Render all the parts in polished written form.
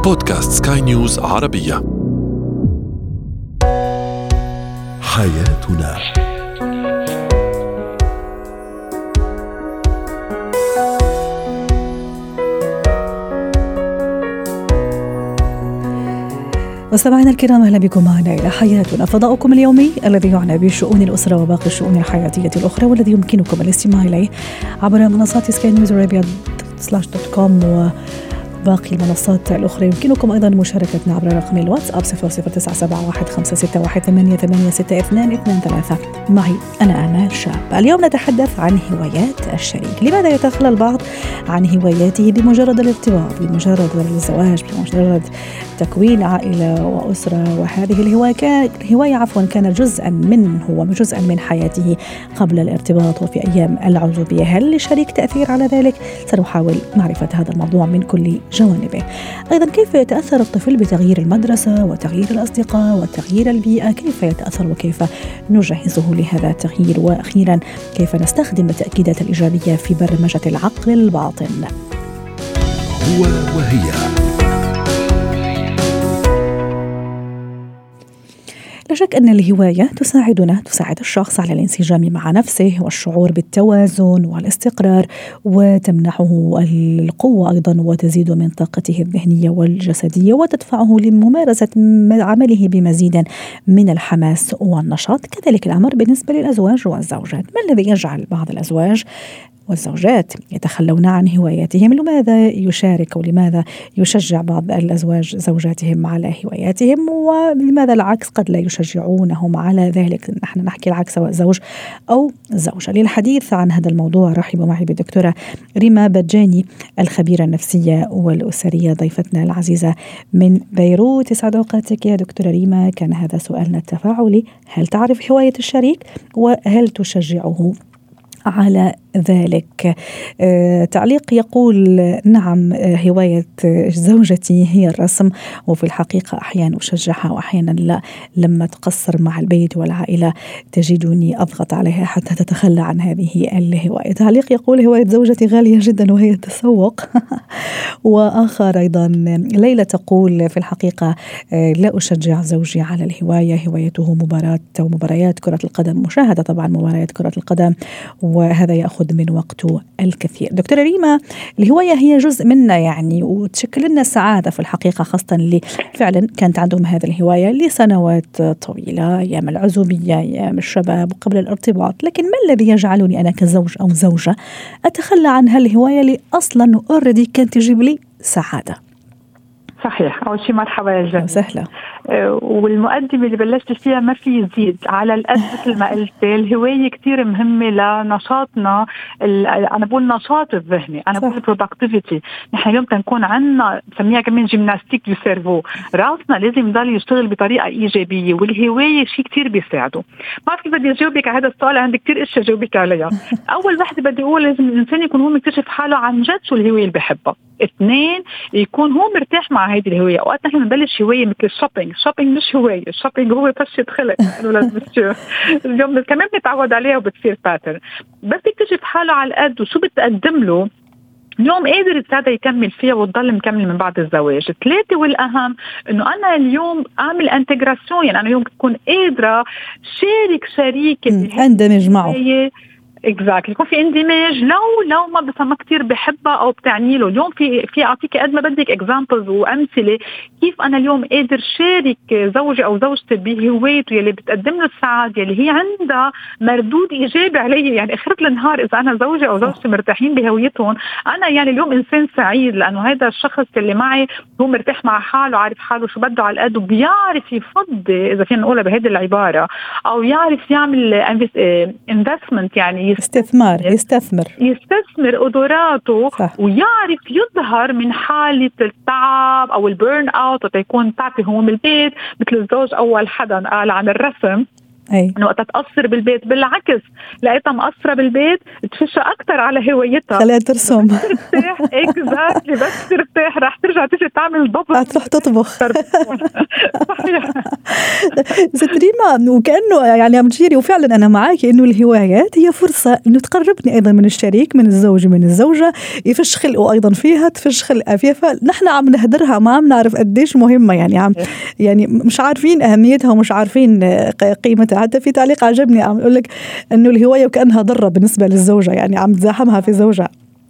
بودكاست سكاي نيوز عربية. حياتنا. مستمعينا الكرام، أهلا بكم معنا إلى حياتنا، فضاؤكم اليومي الذي يعنى بشؤون الأسرة وباقي الشؤون الحياتية الأخرى، والذي يمكنكم الاستماع إليه عبر منصات skynewsarabia.com وباقي المنصات الأخرى. يمكنكم أيضا مشاركتنا عبر رقم الواتساب 00971561886223. معي أنا آمال شاب. اليوم نتحدث عن هوايات الشريك. لماذا يتخلى البعض عن هواياته بمجرد الارتباط، بمجرد الزواج، بمجرد تكوين عائلة وأسرة؟ وهذه الهواية كانت جزءا منه وجزءا من حياته قبل الارتباط وفي أيام العزوبية. هل للشريك تأثير على ذلك؟ سنحاول معرفة هذا الموضوع من كل جوانبه. أيضا كيف يتأثر الطفل بتغيير المدرسة وتغيير الأصدقاء وتغيير البيئة؟ كيف يتأثر وكيف نجهزه لهذا التغيير؟ وأخيرا كيف نستخدم التأكيدات الإيجابية في برمجة العقل الباطن؟ هو وهي. لا شك أن الهواية تساعد الشخص على الانسجام مع نفسه والشعور بالتوازن والاستقرار، وتمنحه القوة أيضا، وتزيد من طاقته الذهنية والجسدية، وتدفعه لممارسة عمله بمزيد من الحماس والنشاط. كذلك الأمر بالنسبة للأزواج والزوجات. ما الذي يجعل بعض الأزواج والزوجات يتخلون عن هواياتهم؟ لماذا يشارك ولماذا يشجع بعض الأزواج زوجاتهم على هواياتهم، ولماذا العكس قد لا يشجعونهم على ذلك؟ نحن نحكي العكس سواء زوج أو زوجة. للحديث عن هذا الموضوع رحب معي بالدكتورة ريما بجاني، الخبيرة النفسية والأسرية، ضيفتنا العزيزة من بيروت. يسعد أوقاتك يا دكتورة ريما. كان هذا سؤالنا التفاعلي: هل تعرف هواية الشريك وهل تشجعه على ذلك؟ تعليق يقول: نعم، هواية زوجتي هي الرسم، وفي الحقيقة أحيانا أشجعها وأحيانا لا. لما تقصر مع البيت والعائلة تجدني أضغط عليها حتى تتخلى عن هذه الهواية. تعليق يقول: هواية زوجتي غالية جدا وهي التسوق. وآخر أيضا ليلى تقول: في الحقيقة لا أشجع زوجي على الهواية، هوايته مباريات كرة القدم، مشاهدة طبعا مباريات كرة القدم، وهذا يأخذ من وقته الكثير. دكتورة ريما، الهواية هي جزء منا يعني، وتشكل لنا سعادة في الحقيقة، خاصة اللي فعلا كانت عندهم هذه الهواية لسنوات طويلة، أيام العزوبية، أيام الشباب وقبل الارتباط. لكن ما الذي يجعلني أنا كزوج أو زوجة أتخلى عن هالهواية اللي أصلا أوريدي كانت تجيب لي سعادة؟ صحيح. أول شيء مرحبا يا جميل. سهلة. والمقدمة اللي بلشت فيها ما في يزيد على القد. مثل ما قلت، الهواية كتير مهمة لنشاطنا. أنا بقول نشاط الذهني، أنا بقول productivity. نحن اليوم تنكون عنا بسميها كمان جيمناستيك دو سيرفو، راسنا لازم يضل يشتغل بطريقة إيجابية، والهواية شيء كتير بيساعده. ما كيف بدي أجاوبك على هذا السؤال، عندي كتير إشياء أجاوبك عليها. أول واحدة بدي أقول: لازم الإنسان يكون هو مكتشف حاله عن جد شو الهواية اللي بحبها. 2، يكون هو مرتاح مع هذه الهواية. أوقات نحن نبلش هواية مثل الشوبينج مش هواية، الشوبينج هو فشة خلق اليوم كمان بنتعود عليها وبتصير باترن. بس يكتشف حاله على القد وشو بتقدم له اليوم قادر هذا يكمل فيها وتضل مكمل من بعد الزواج. 3، والأهم إنه أنا اليوم أعمل انتجراسيون، يعني أنا اليوم تكون قادرة شريكي اندمج معه. exactly. يكون في اندماج لو ما كتير بحبها او بتعني له. اليوم في اعطيك قد ما بدك examples وامثله كيف انا اليوم قادر شارك زوجي او زوجتي بهوايته يلي بتقدم له السعاده، يلي هي عندها مردود ايجابي علي. يعني اخر النهار اذا انا زوجي او زوجتي مرتاحين بهويتهم، انا يعني اليوم انسان سعيد، لانه هذا الشخص اللي معي هو مرتاح مع حاله، عارف حاله شو بده على القد، وبيعرف يفضي اذا فينا نقولها بهذه العباره، او يعرف يعمل investment، يعني يستثمر قدراته. صح. ويعرف يظهر من حالة التعب أو البيرن أوت، وتكون تعبي هو من البيت. مثل الزوج أول حدا قال عن الرسم، انه وقت تقصر بالبيت بالعكس لقيتها مقصره بالبيت تفش اكثر على هويتها، خليها ترسم ترتاح اكزاكتلي، بس ترتاح رح ترجع تيجي تعمل ضبط، تروح تطبخ. صحيح. ست ريما، وكأنه يعني عم تجيري، وفعلا أنا معاكي إنه الهوايات هي فرصة إنه تقربني أيضا من الشريك، من الزوج من الزوجة، يفش خلقه أيضا فيها، تفش خلقها فيها، فنحن عم نهدرها ما عم نعرف قديش مهمة، يعني مش عارفين أهميتها ومش عارفين قيمتها. حتى في تعليق عجبني عم يقول لك إنه الهواية وكأنها ضرة بالنسبة للزوجة، يعني عم تزاحمها في زوجها.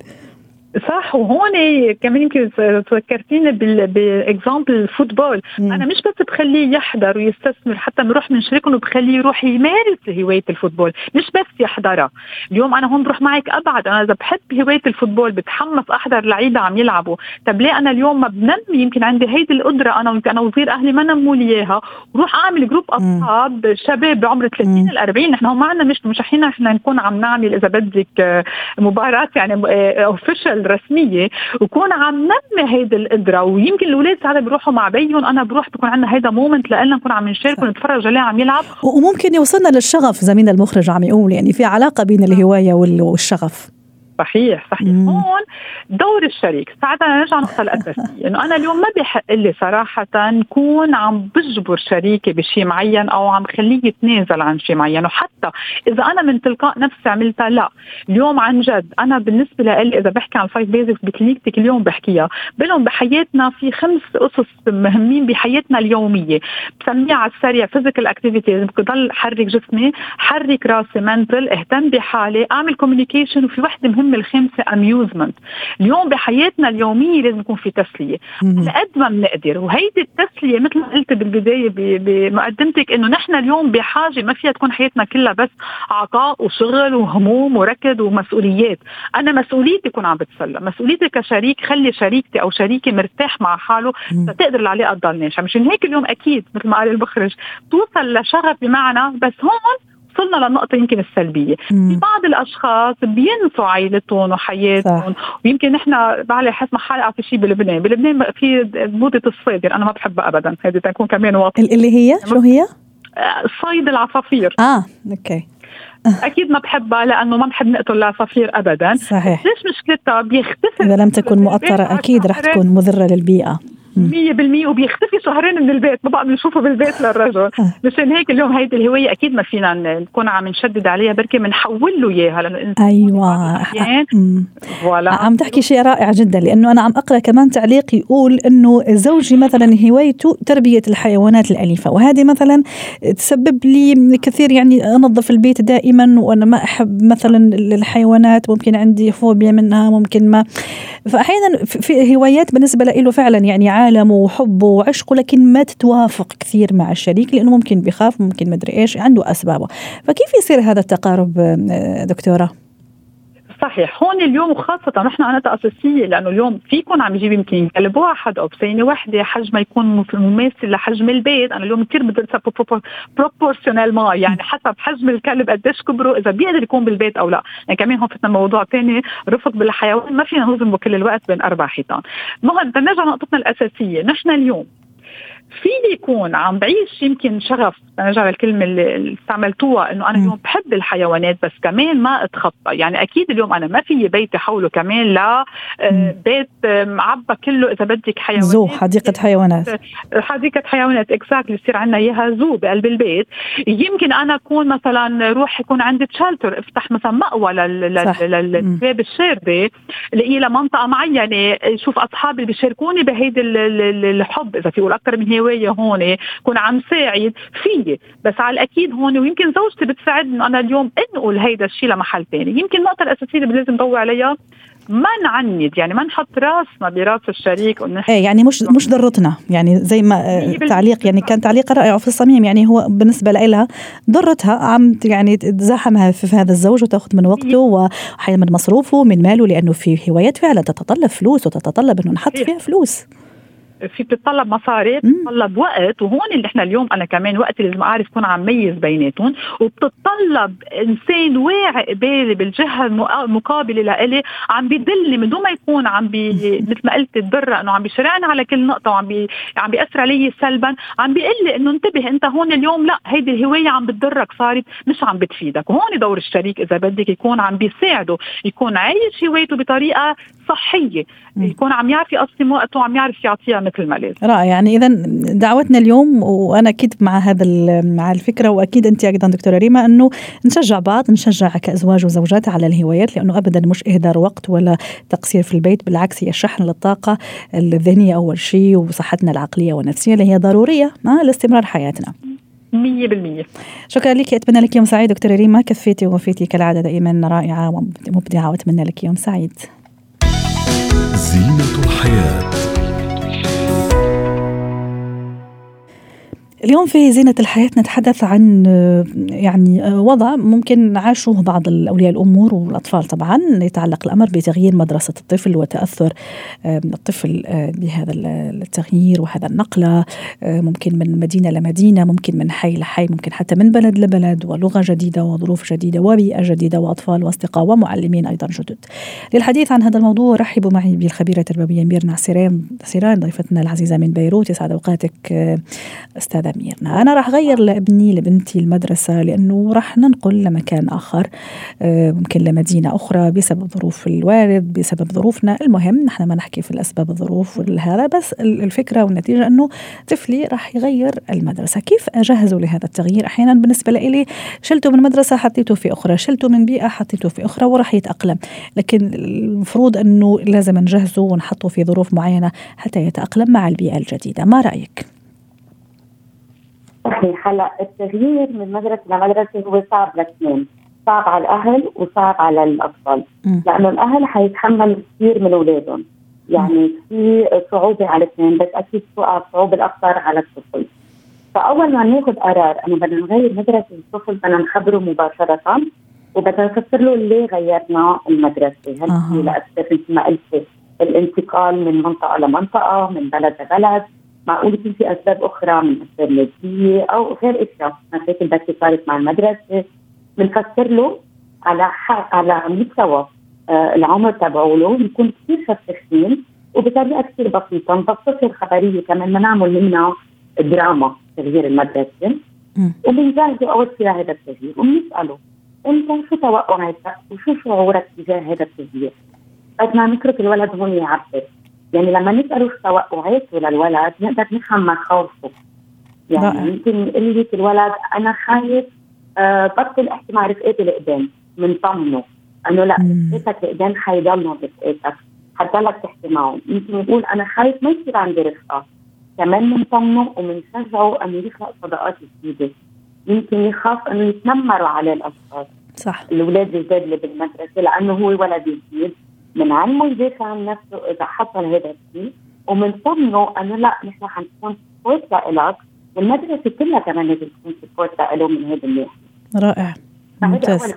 صح. وهون كمان يمكن تذكرتيني باكزامبل الفوتبول. انا مش بس بخليه يحضر ويستثمر، حتى بروح من شريكهم وبخليه يروح يمارس هوايه الفوتبول، مش بس يحضرها. اليوم انا هون بروح معك ابعد، انا اذا بحب هوايه الفوتبول بتحمس احضر لعيبه عم يلعبوا، طب ليه انا اليوم ما بنمي يمكن عندي هيدي القدره انا ويمكن انا وصغير اهلي ما نموا لي اياها، وروح اعمل جروب اصحاب شباب بعمر 30 ل 40، نحن هون معنا مش حين احنا نكون عم نعمل اذا بدك مباراه يعني اوفيشال رسميه، وكون عم ننمي هيدا القدره. ويمكن الاولاد ساعات بيروحوا مع بيهم، انا بروح بكون عندنا هيدا مومنت لنا نكون عم نشارك ونتفرج عليه عم يلعب، وممكن يوصلنا للشغف. زميلنا المخرج عم يقول يعني في علاقه بين الهوايه والشغف. صحيح. هون دور الشريك. ساعتها نرجع نقطة الأساسية، إنه أنا اليوم ما بيحق لي صراحة نكون عم بجبر شريكي بشيء معين أو عم خليه يتنازل عن شيء معين، وحتى إذا أنا من تلقاء نفسي عملتها. لا، اليوم عن جد أنا بالنسبة لي إذا بحكي عن 5 بيزكس بكلينيكتك اليوم بحكيها بلهم بحياتنا، في 5 أسس مهمين بحياتنا اليومية، بسميها على السريع فيزيكال اكتيفيتيز، بضل حرك جسمي، حرك راسي، منتل، اهتم بحالي، أعمل كوميونيكيشن، وفي وحدة مهمة الخامسة أميوزمنت. اليوم بحياتنا اليومية لازم يكون في تسلية على قد ما بنقدر، وهيدي التسلية مثل ما قلت بالبداية بمقدمتك إنه نحن اليوم بحاجة، ما فيها تكون حياتنا كلها بس عطاء وشغل وهموم وركض ومسؤوليات. أنا مسؤوليتي يكون عم بتسلى، مسؤوليتي كشريك خلي شريكتي أو شريكي مرتاح مع حاله تقدر العلاقة تضل ناجحة. مشان هيك اليوم أكيد مثل ما قال المخرج توصل لشغف بمعنى، بس هون وصلنا للنقطة يمكن السلبية. في بعض الأشخاص بينسوا عائلتهم وحياتهم، ويمكن نحن بعلي حسب حلقة في شيء بلبنان في موضة الصيد، أنا ما بحبها أبدا، هذه تكون كمان واضحة. اللي هي شو هي؟ صيد العصافير. أوكي. أكيد ما بحبها لأنه ما بحب نقتل العصافير أبدا. صحيح. ليش مشكلتها؟ بيختفي إذا لم تكن مؤطرة أكيد رح تكون مضرة للبيئة 100%، وبيختفي شهرين من البيت، ما بقى بنشوفه بالبيت للرجل. مشان هيك اليوم هيدي الهواية أكيد ما فينا نكون عم نشدد عليها، بركي بنحول له إياها لأنه أيوة. ولا عم تحكي شيء رائع جدا، لأنه أنا عم أقرأ كمان تعليق يقول إنه زوجي مثلا هوايته تربية الحيوانات الأليفة، وهذه مثلا تسبب لي كثير، يعني أنظف البيت دائما وأنا ما أحب مثلا الحيوانات، ممكن عندي فوبيا منها، ممكن ما، فأحيانا في هوايات بالنسبة له فعلا يعني عالمه وحبه وعشقه، لكن ما تتوافق كثير مع الشريك لأنه ممكن بيخاف، ممكن مدري إيش، عنده أسبابه. فكيف يصير هذا التقارب دكتورة؟ صحيح. هون اليوم وخاصة نحن عناتها أساسية، لأنه اليوم فيكون عم يجيب يمكن كلب واحد أو بسينة واحدة حجمه يكون مماثل لحجم البيت. أنا اليوم كتير بدرسها بروبورشنال ما، يعني حسب حجم الكلب قديش كبره إذا بيقدر يكون بالبيت أو لا. يعني كمان هون فتنا موضوع تاني، رفق بالحيوان ما فينا نظلمه كل الوقت بين 4 حيطان. المهم بنرجع نقطتنا الأساسية، نحن اليوم فيني يكون عم بعيش يمكن شغف، نرجع للكلمة اللي استعملتوها إنه أنا اليوم بحب الحيوانات بس كمان ما أتخطى. يعني أكيد اليوم أنا ما في بيتي حوله كمان لا بيت معبى كله إذا بدك حيوانات، زو حديقة حيوانات إكزاكتلي يصير عنا إياها زو بقلب البيت. يمكن أنا أكون مثلا روح يكون عندي تشالتر، افتح مثلا مأوى للكلاب الشاردة، لقي له منطقة معينة، شوف أصحابي اللي بيشاركوني بهيدا الحب، إذا في يقول أكتر من هواية هون كون عم ساعد فيه، بس على الأكيد هون ويمكن زوجتي بتساعد إنه أنا اليوم أنقل هيدا الشيء لمحل تاني. يمكن النقطة الأساسية اللي لازم نضوي عليها ما نعند، يعني ما نحط راسنا براس الشريك يعني مش ضرتنا، يعني زي ما تعليق، يعني كان تعليق رائع في الصميم، يعني هو بالنسبة لها ضرتها، عم يعني تزاحمها في هذا الزوج وتأخذ من وقته وحياة من مصروفه من ماله، لأنه في هوايات فعلا تتطلب فلوس وتتطلب إنه نحط فيها فلوس. في بتطلب مصاري، بتطلب وقت، وهون اللي احنا اليوم انا كمان وقت اللي اعرف كون عم ميز بيناتهم، وبتطلب انسان واعي قبالي بالجهه المقابله لإلي عم بيدلني من دون ما يكون عم مثل ما قلت الدره انه عم بيشرعني على كل نقطه وعم عم بيأثر علي سلبا، عم بيقول لي انه انتبه انت هون اليوم لا هيدي الهوايه عم بتضرك، صارت مش عم بتفيدك. وهون دور الشريك اذا بدك يكون عم بيساعده يكون عايش هوايته بطريقه صحيه، يكون عم يعرف يقسم وقته وعم يعرف يعطيها مثل ما لازم. رائع. يعني اذا دعوتنا اليوم، وانا اكيد مع مع الفكره، واكيد انت ايضا دكتوره ريما، انه نشجع بعض، نشجع كازواج وزوجات على الهوايات، لانه ابدا مش اهدار وقت ولا تقصير في البيت، بالعكس هي شحن للطاقه الذهنيه اول شيء، وصحتنا العقليه والنفسيه اللي هي ضروريه لاستمرار حياتنا 100%. شكرا لك، اتمنى لك يوم سعيد دكتوره ريما، كفيتي ووفيتي كالعاده، دائما رائعه ومبدعه، واتمنى لك يوم سعيد. زينة الحياة. اليوم في زينة الحياة نتحدث عن يعني وضع ممكن عاشوه بعض الأولياء الأمور والأطفال، طبعا يتعلق الأمر بتغيير مدرسة الطفل وتأثر الطفل بهذا التغيير وهذا النقلة، ممكن من مدينة لمدينة، ممكن من حي لحي، ممكن حتى من بلد لبلد، ولغة جديدة وظروف جديدة وبيئة جديدة وأطفال وأصدقاء ومعلمين أيضا جدد. للحديث عن هذا الموضوع رحبوا معي بالخبيرة التربوية ميرنا سيران ضيفتنا العزيزة من بيروت. يسعد أوقاتك أستاذة ميرنا. أنا راح أغير لبنتي المدرسة لأنه راح ننقل لمكان آخر، ممكن لمدينة أخرى بسبب ظروف الوالد، بسبب ظروفنا. المهم نحن ما نحكي في الأسباب الظروف والهذا، بس الفكرة والنتيجة أنه طفلي راح يغير المدرسة. كيف أجهزه لهذا التغيير؟ أحيانا بالنسبة لي شلته من مدرسة حطيته في أخرى، شلته من بيئة حطيته في أخرى، وراح يتأقلم. لكن المفروض أنه لازم نجهزه ونحطه في ظروف معينة حتى يتأقلم مع البيئة الجديدة. ما رأيك؟ صحيح. هلا التغيير من مدرسة لمدرسة هو صعب لاثنين، صعب على الأهل وصعب على الأطفال، لأنه الأهل حيتحملوا كثير من أولادهم، يعني في صعوبة على الاثنين، بس أكيد صعوبة الأكثر على الطفل. فأول ما ناخذ قرار أنه بدنا نغير مدرسة الطفل بدنا نخبره مباشرة، وبدنا نفسر له ليه غيرنا المدرسة. هل هي لأسباب مثل ما قلت الانتقال من منطقة لمنطقة، من بلد لبلد، معقول يكون في أسباب أخرى من أسباب مادية أو غير أشياء، مشاكل بس صارت مع المدرسة. بنفسر له على مستوى العمر تبعوله، نكون كثير شفافين وبطريقة كثير بسيطة، نبسط الخبرية كمان، ما نعمل منها دراما تغيير المدرسة. وبنجهزه أول شيء هذا التغيير، وبنسأله أنت شو توقعاتك وشو شعورك تجاه هذا التغيير. بدنا نترك الولد هون يعبر، يعني لما نسأله شو توقعاته للولد نقدر نفهم مخاوفه. يعني يمكن يقول لك الولد أنا خايف بطل أحكي مع رفقاتي القدام، منطمنه أنه لا رفقاتك القدام حيضلوا رفقاتك، حتضلك تحكي معهم. يمكن يقول أنا خايف ما يصير عندي رفقة، كمان منطمنه ومنشجعه أنه يخلق صداقات جديدة. يمكن يخاف أنه يتنمروا عليه الأشخاص، صح، الأولاد الجداد اللي بالمدرسة، لأنه هو ولد جديد. من علمه يدافع عن نفسه إذا حصل هذا الشيء، ومن ضمنه أنه لا نحن حنكون سبورت لإلك، والمدرسة كلها كمان لازم تكون سبورت لإله من هذا الناحية. رائع، ممتاز.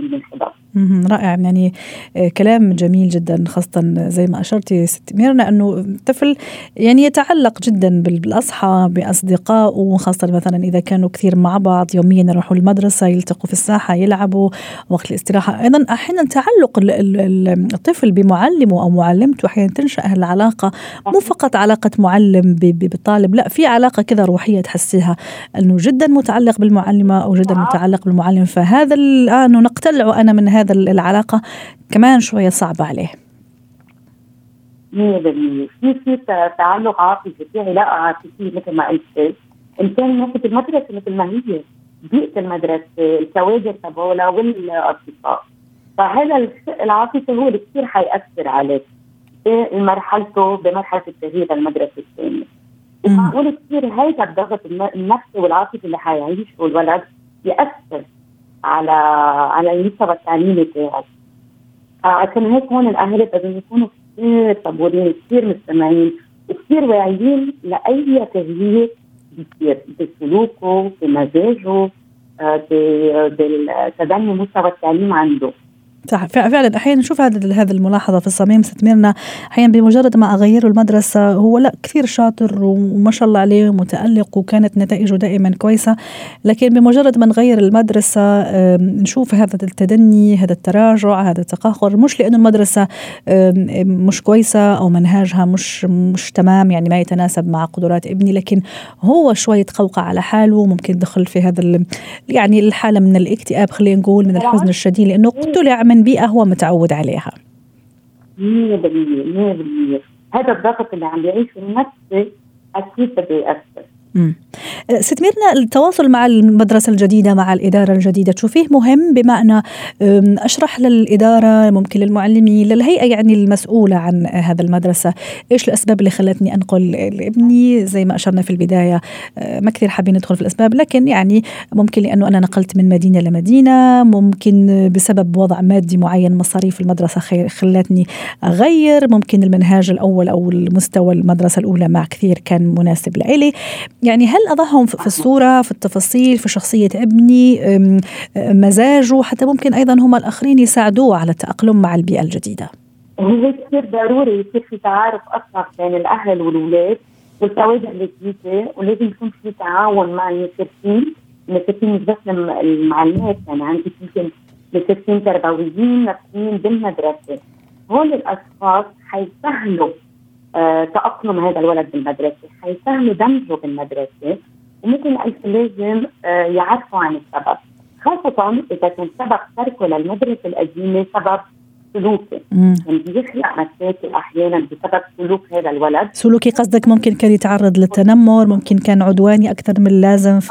رائع، يعني كلام جميل جدا، خاصة زي ما أشرتي ست ميرنا أنه الطفل يعني يتعلق جدا بالأصحاب بأصدقائه، خاصة مثلا إذا كانوا كثير مع بعض يوميا يروحوا المدرسة، يلتقوا في الساحة، يلعبوا وقت الاستراحة. أيضا أحيانا تعلق الطفل بمعلمه أو معلمته، أحيانا تنشأ العلاقة مو فقط علاقة معلم بالطالب، لا، في علاقة كذا روحية تحسيها أنه جدا متعلق بالمعلمة أو جدا متعلق بالمعلم. فهذا الآن نقتلعه أنا من هذا العلاقة كمان شوية صعبة عليه. 100% في تعلق عاطفي، في علاقة عاطفية مثل ما قلت. إن كان ناحية المدرسة مثل ما هي بيئة المدرسة، الكوادر تبعولها والأصدقاء، فهذا الشيء العاطفي هو اللي كثير حيأثر عليه بمرحلة التغيير المدرسة الثانية. ومعقول كثير هيدا الضغط النفسي والعاطفي اللي حيعيشه الولد يأثر على المستوى التعليمي تاعه. عشان هيك هون الأهل لازم يكونوا كثير صبورين، كثير مستمعين، وكثير واعيين لأي تغيير بيصير بسلوكه، بمزاجه، بتدني مستوى التعليم عنده. صح، فعلا احيانا نشوف هذا الملاحظه في الصميم ستمرنا. احيانا بمجرد ما اغيره المدرسه هو لا كثير شاطر وما شاء الله عليه متالق وكانت نتائجه دائما كويسه، لكن بمجرد ما نغير المدرسه نشوف هذا التدني، هذا التراجع، هذا التقهقر، مش لانه المدرسه مش كويسه او منهاجها مش تمام يعني ما يتناسب مع قدرات ابني، لكن هو شويه قوقع على حاله، ممكن دخل في هذا يعني الحاله من الاكتئاب، خلينا نقول من الحزن الشديد، لانه طلع من بيئة هو متعود عليها. 100% هذا الضغط اللي عم يعيشه النفسي أكيد بده يأثر. ست ميرنا، التواصل مع المدرسة الجديدة مع الإدارة الجديدة تشوفيه مهم؟ بما أن أشرح للإدارة، ممكن للمعلمين، للهيئة يعني المسؤولة عن هذا المدرسة، إيش الأسباب اللي خلتني أنقل لابني؟ زي ما أشرنا في البداية ما كثير حابين ندخل في الأسباب، لكن يعني ممكن لأنه أنا نقلت من مدينة لمدينة، ممكن بسبب وضع مادي معين، مصاريف المدرسة خلتني أغير، ممكن المنهاج الأول أو المستوى المدرسة الأولى مع كثير كان مناسب لإلي. يعني هل أضعهم في الصورة، في التفاصيل، في شخصية ابني، مزاجه، حتى ممكن أيضا هم الآخرين يساعدوه على التأقلم مع البيئة الجديدة؟ هو كثير ضروري يصير في تعارف أكثر بين الأهل والأولاد والكوادر الجديدة، ولازم يكون في تعاون مع المشرفين مش بس المعلمات، يعني عندي يمكن مشرفين تربويين نفسيين بالمدرسة. هول الأشخاص حيسهلوا تأقلم هذا الولد بالمدرسة، حيسهلوا دمجه بالمدرسة، ومثل ما قلت لازم يعرفوا عن السبب، خاصة إذا كان سبب تركه للمدرسة القديمة سبب سلوكي، يعني بيخلق مشاكل أحيانا بسبب سلوك هذا الولد. سلوكي قصدك ممكن كان يتعرض للتنمر، ممكن كان عدواني أكثر من اللازم،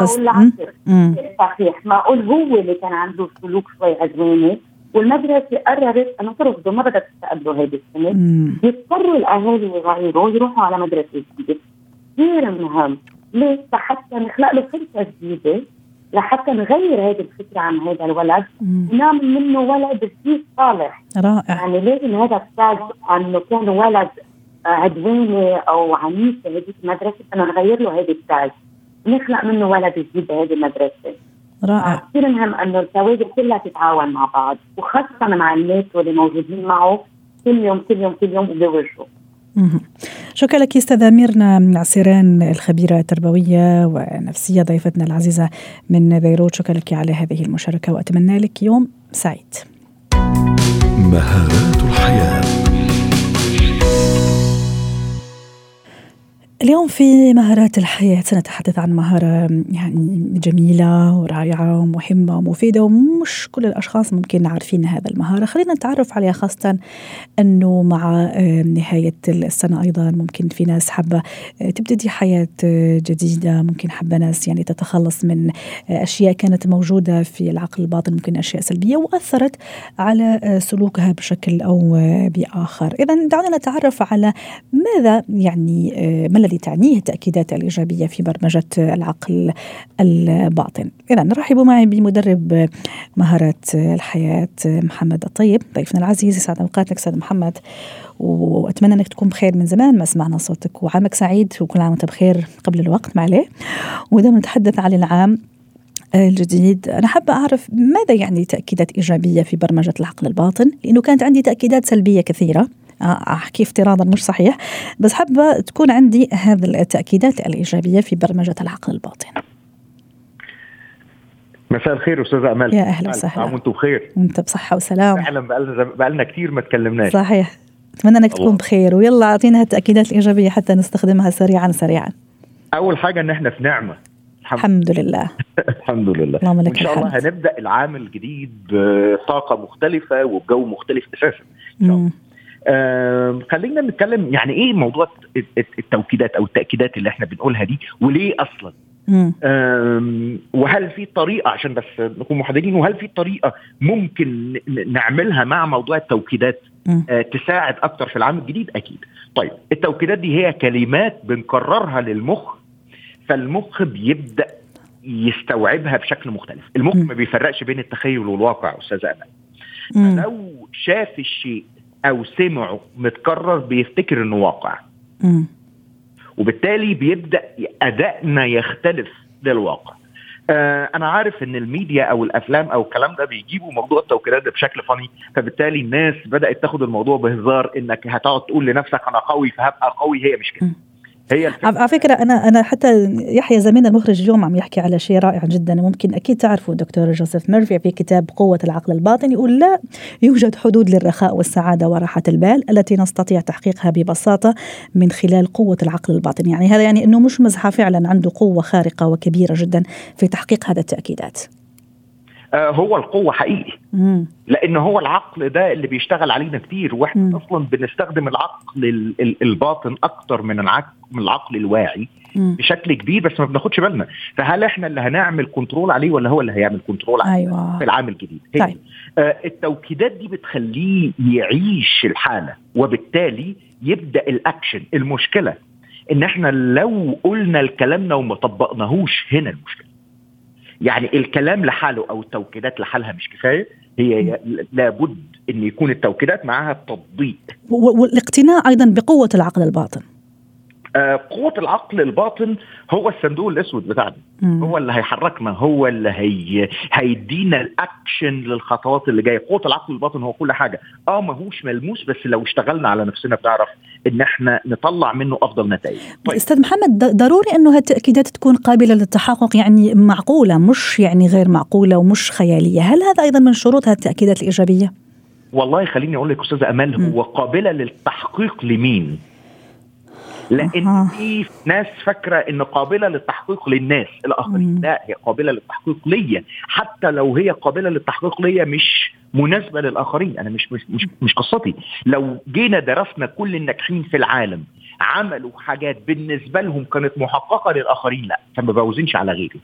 صحيح، معقول هو اللي كان عنده سلوك شوي عدواني والمدرسة قررت أنه ترفضه، ما بدها تستقبله هذه السنة، يضطروا الأهالي يغيروا يروحوا على مدرسة جديدة. كثير مهم ليش؟ لحتى نخلق له فرصة جديدة، لحتى نغير هذه الفكرة عن هذا الولد ونعمل منه ولد جديد صالح. رائع. يعني لازم هذا التاج أنه كان ولد عدواني أو عنيف في هذه المدرسة، أنا نغير له هذه التاج، نخلق منه ولد جديد بهذه المدرسة. رائع. كثير مهم أنه الكوادر كلها تتعاون مع بعض، وخاصة مع الناس اللي موجودين معه كل يوم بوجهه. شكرا لك أستاذة ميرنا عسيران، الخبيرة التربوية ونفسية، ضيفتنا العزيزة من بيروت. شكرا لك على هذه المشاركة وأتمنى لك يوم سعيد. مهارات الحياة. اليوم في مهارات الحياة سنتحدث عن مهارة يعني جميلة ورائعة ومهمة ومفيدة، ومش كل الأشخاص ممكن عارفين هذا المهارة. خلينا نتعرف عليها، خاصة أنه مع نهاية السنة أيضا ممكن في ناس حابة تبتدي حياة جديدة، ممكن حابة ناس يعني تتخلص من أشياء كانت موجودة في العقل الباطن، ممكن أشياء سلبية وأثرت على سلوكها بشكل أو بآخر. إذن دعونا نتعرف على ماذا يعني ما الذي تعنيه التأكيدات الإيجابية في برمجة العقل الباطن. إذن نرحب معي بمدرب مهارات الحياة محمد الطيب، ضيفنا العزيز. يسعد أوقاتك أستاذ محمد، وأتمنى أنك تكون بخير، من زمان ما سمعنا صوتك، وعامك سعيد وكل عام وأنت بخير قبل الوقت معليه. ودائما نتحدث عن العام الجديد، أنا حابة أعرف ماذا يعني تأكيدات إيجابية في برمجة العقل الباطن، لأنه كانت عندي تأكيدات سلبية كثيرة، أحكي افتراضا مش صحيح، بس حابة تكون عندي هذه التأكيدات الإيجابية في برمجة العقل الباطن. مساء الخير أستاذة أمال. يا أهلا وسهلا. وأنتم بخير. وأنت بصحة وسلام. فعلا بقالنا كتير ما تكلمناش. صحيح، أتمنى أنك تكون بخير، ويلا أعطينا التأكيدات الإيجابية حتى نستخدمها سريعا. أول حاجة إن إحنا في نعمة، الحمد لله. الحمد لله. وإن شاء الله هنبدأ العام الجديد بطاقة مختلفة وبجو مختلف أساسا. خلينا نتكلم يعني إيه موضوع التوكيدات أو التأكيدات اللي إحنا بنقولها دي، وليه أصلا، وهل في طريقة، عشان بس نكون محددين، وهل في طريقة ممكن نعملها مع موضوع التوكيدات تساعد أكتر في العام الجديد؟ أكيد. طيب، التوكيدات دي هي كلمات بنكررها للمخ، فالمخ بيبدأ يستوعبها بشكل مختلف. المخ ما بيفرقش بين التخيل والواقع أستاذ أمل. لو شاف الشيء أو سمعه متكرر بيفتكر إنه واقع، وبالتالي بيبدأ أدائنا يختلف للواقع. انا عارف ان الميديا او الافلام او الكلام ده بيجيبوا موضوع التوكيدات ده بشكل فني، فبالتالي الناس بدات تاخد الموضوع بهزار، انك هتقعد تقول لنفسك انا قوي فهبقى قوي. هي مش كده. هي على فكرة أنا حتى يحيى زميلنا المخرج اليوم عم يحكي على شيء رائع جدا، ممكن أكيد تعرفوا دكتور جوزيف ميرفي في كتاب قوة العقل الباطن، يقول لا يوجد حدود للرخاء والسعادة وراحة البال التي نستطيع تحقيقها ببساطة من خلال قوة العقل الباطن. يعني هذا يعني أنه مش مزحة، فعلا عنده قوة خارقة وكبيرة جدا في تحقيق هذا التأكيدات. هو القوة حقيقي، لأن هو العقل ده اللي بيشتغل علينا كتير، وإحنا أصلا بنستخدم العقل الباطن أكتر من العقل الواعي بشكل كبير، بس ما بناخدش بالنا. فهل إحنا اللي هنعمل كنترول عليه ولا هو اللي هيعمل كنترول عليه؟ أيوة. في العام الجديد. طيب. التوكيدات دي بتخليه يعيش الحالة، وبالتالي يبدأ الأكشن. المشكلة إن إحنا لو قلنا الكلامنا وما طبقناهوش، هنا المشكلة. يعني الكلام لحاله أو التوكيدات لحالها مش كفاية، هي لابد أن يكون التوكيدات معها التطبيق والاقتناع أيضا بقوة العقل الباطن. قوة العقل الباطن هو الصندوق الأسود بتاعنا، هو اللي هيحركنا، هو اللي هيدينا الأكشن للخطوات اللي جاية. قوة العقل الباطن هو كل حاجة، ماهوش ملموس، بس لو اشتغلنا على نفسنا بتعرف إن احنا نطلع منه أفضل نتائج. طيب. أستاذ محمد، ضروري إنه هالتأكيدات تكون قابلة للتحقق، يعني معقولة، مش يعني غير معقولة ومش خيالية. هل هذا أيضا من شروط هالتأكيدات الإيجابية؟ والله خليني أقول لك أستاذ أمال، هو قابلة للتحقيق لمين؟ لأن في ناس فاكرة إن قابلة للتحقيق للناس الآخرين. لا، هي قابلة للتحقيق ليا، حتى لو هي قابلة للتحقيق ليا مش مناسبة للآخرين. أنا مش قصتي. لو جينا درسنا كل الناجحين في العالم عملوا حاجات بالنسبة لهم كانت محققة للآخرين، لا، فما بوزنش على غيري.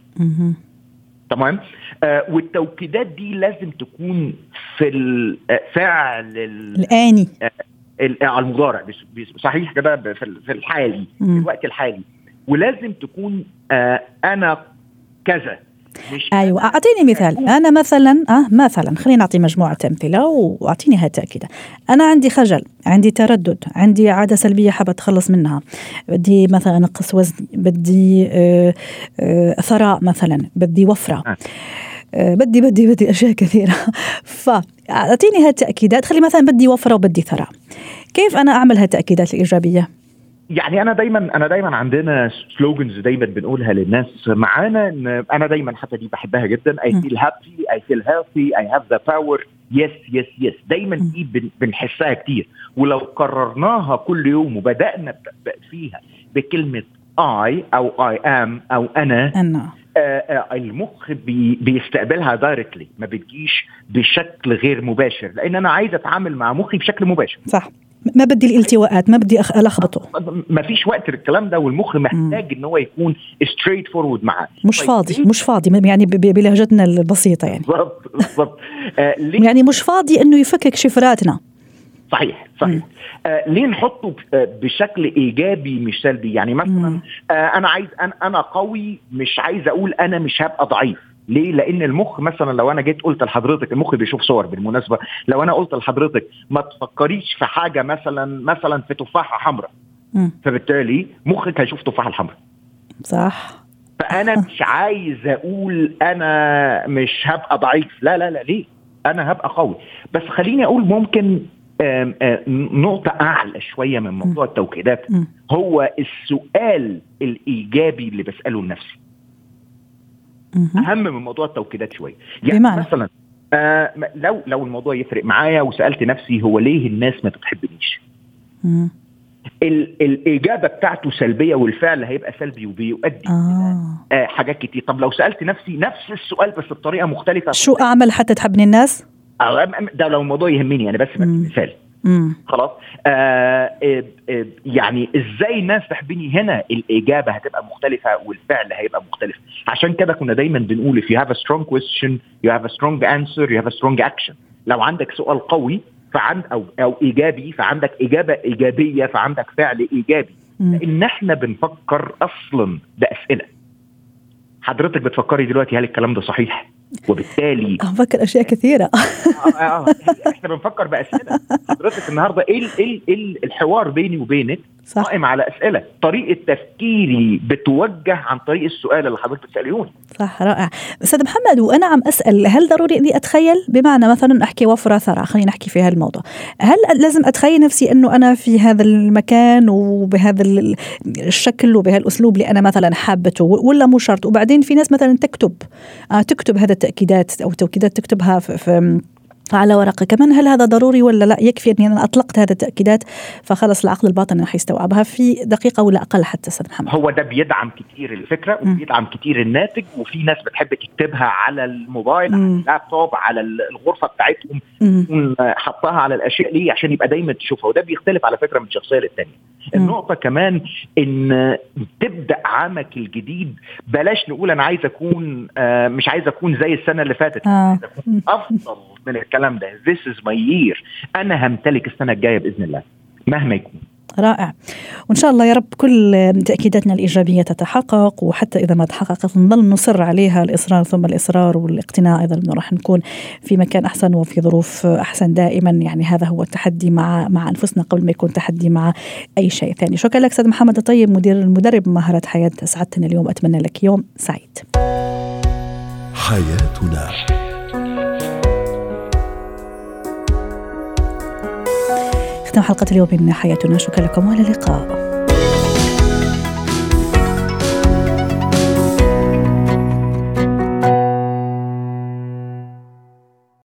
تمام. والتوكيدات دي لازم تكون في الفعل الآني، المضارع، صحيح كده، في الحالي، في الوقت الحالي. ولازم تكون أنا كذا. أيوة. أعطيني مثال. أنا مثلا خلينا نعطي مجموعة أمثلة وأعطيني هالتأكيدة. أنا عندي خجل، عندي تردد، عندي عادة سلبية حابة أتخلص منها، بدي مثلا أنقص وزني، بدي ثراء مثلا، بدي وفرة، بدي أشياء كثيرة. فأعطيني هالتأكيدات. خلي مثلا بدي وفرة وبدي ثراء. كيف أنا أعمل هالتأكيدات الإيجابية؟ يعني أنا دايما عندنا سلوجنز دايما بنقولها للناس معانا. أنا دايما حتى دي بحبها جدا. I feel happy, I feel healthy, I have the power, yes. دايما دي بنحسها كتير، ولو قررناها كل يوم وبدأنا فيها بكلمة I أو I am أو أنا. المخ بيستقبلها دايركتلي، ما بتجيش بشكل غير مباشر، لأن أنا عايز أتعامل مع مخي بشكل مباشر. صح. ما بدي الالتواءات، ما بدي ألخبطه. ما فيش وقت للكلام ده، والمخ محتاج إن هو يكون straight forward معاه. مش فاضي يعني بلهجتنا البسيطة يعني. بالضبط. يعني مش فاضي إنه يفكك شفراتنا. صحيح. ليه نحطه بشكل إيجابي مش سلبي؟ يعني مثلا أنا عايز أنا قوي، مش عايز أقول أنا مش هبقى ضعيف. ليه؟ لأن المخ مثلا لو أنا جيت قلت لحضرتك، المخ بيشوف صور بالمناسبة، لو أنا قلت لحضرتك ما تفكريش في حاجة مثلا في تفاحة حمراء، فبالتالي مخك هيشوف تفاحة الحمراء. صح. فأنا مش عايز أقول أنا مش هبقى ضعيف. لا، ليه؟ أنا هبقى قوي. بس خليني أقول ممكن نقطة أعلى شوية من موضوع التوكيدات، هو السؤال الإيجابي اللي بسأله لنفسي أهم من موضوع التوكيدات شوية. يعني بمعنى مثلا لو الموضوع يفرق معايا وسألت نفسي هو ليه الناس ما بتحبنيش، الإجابة بتاعته سلبية والفعل هيبقى سلبي وبيؤدي حاجات كتير. طب لو سألت نفسي نفس السؤال بس بطريقة مختلفة، شو أعمل حتى تحبني الناس؟ ده لو الموضوع يهمني أنا، بس مثال. خلاص. يعني ازاي الناس تحبني، هنا الإجابة هتبقى مختلفة والفعل هيبقى مختلف. عشان كده كنا دايما بنقول if you have a strong question you have a strong answer you have a strong action. لو عندك سؤال قوي أو إيجابي، فعندك إجابة إيجابية، فعندك فعل إيجابي. لأن احنا بنفكر أصلا بأسئلة. حضرتك بتفكري دلوقتي هل الكلام ده صحيح؟ وبالتالي أفكر أشياء كثيرة. احنا بنفكر بأسئلة. حضرتك النهاردة ايه الحوار بيني وبينك قائم على أسئلة. طريقة تفكيري بتوجه عن طريق السؤال اللي حضرتك بتسأليوني. صح، رائع. أستاذ محمد، وأنا عم أسأل، هل ضروري أني أتخيل؟ بمعنى مثلا أحكي وفرة ثرى، خلينا نحكي في هالموضوع، هل لازم أتخيل نفسي أنه أنا في هذا المكان وبهذا الشكل وبهالأسلوب اللي أنا مثلا حابته، ولا مو شرط؟ وبعدين في ناس مثلا تكتب هذا التأكيدات أو توكيدات تكتبها في على ورقة كمان، هل هذا ضروري ولا لا؟ يكفي أني أنا أطلقت هذا التأكيدات فخلص العقل الباطن رح يستوعبها في دقيقة ولا أقل حتى. أستاذ محمد، هو ده بيدعم كتير الفكرة وبيدعم كتير الناتج، وفي ناس بتحب تكتبها على الموبايل، على اللابتوب، على الغرفة بتاعتهم، حطها على الأشياء ليه؟ عشان يبقى دايما تشوفها. وده بيختلف على فكرة من شخصية للتانية. النقطة كمان إن تبدأ عامك الجديد، بلاش نقول أنا عايز أكون مش عايز أكون زي السنة اللي فاتت، عايز أكون أفضل من الكلام ده. This is my year. أنا همتلك السنة الجاية بإذن الله مهما يكون. رائع. وإن شاء الله يا رب كل تأكيداتنا الإيجابية تتحقق، وحتى إذا ما تحققت نظل نصر عليها، الإصرار ثم الإصرار والاقتناع أيضا أنه راح نكون في مكان أحسن وفي ظروف أحسن دائما. يعني هذا هو التحدي مع أنفسنا قبل ما يكون تحدي مع أي شيء ثاني. شكرا لك أستاذ محمد الطيب، المدرب مهارات حياة، أسعدتنا اليوم، أتمنى لك يوم سعيد. حياتنا. ختام حلقة اليوم من حياتنا، شكرا لكم وإلى اللقاء.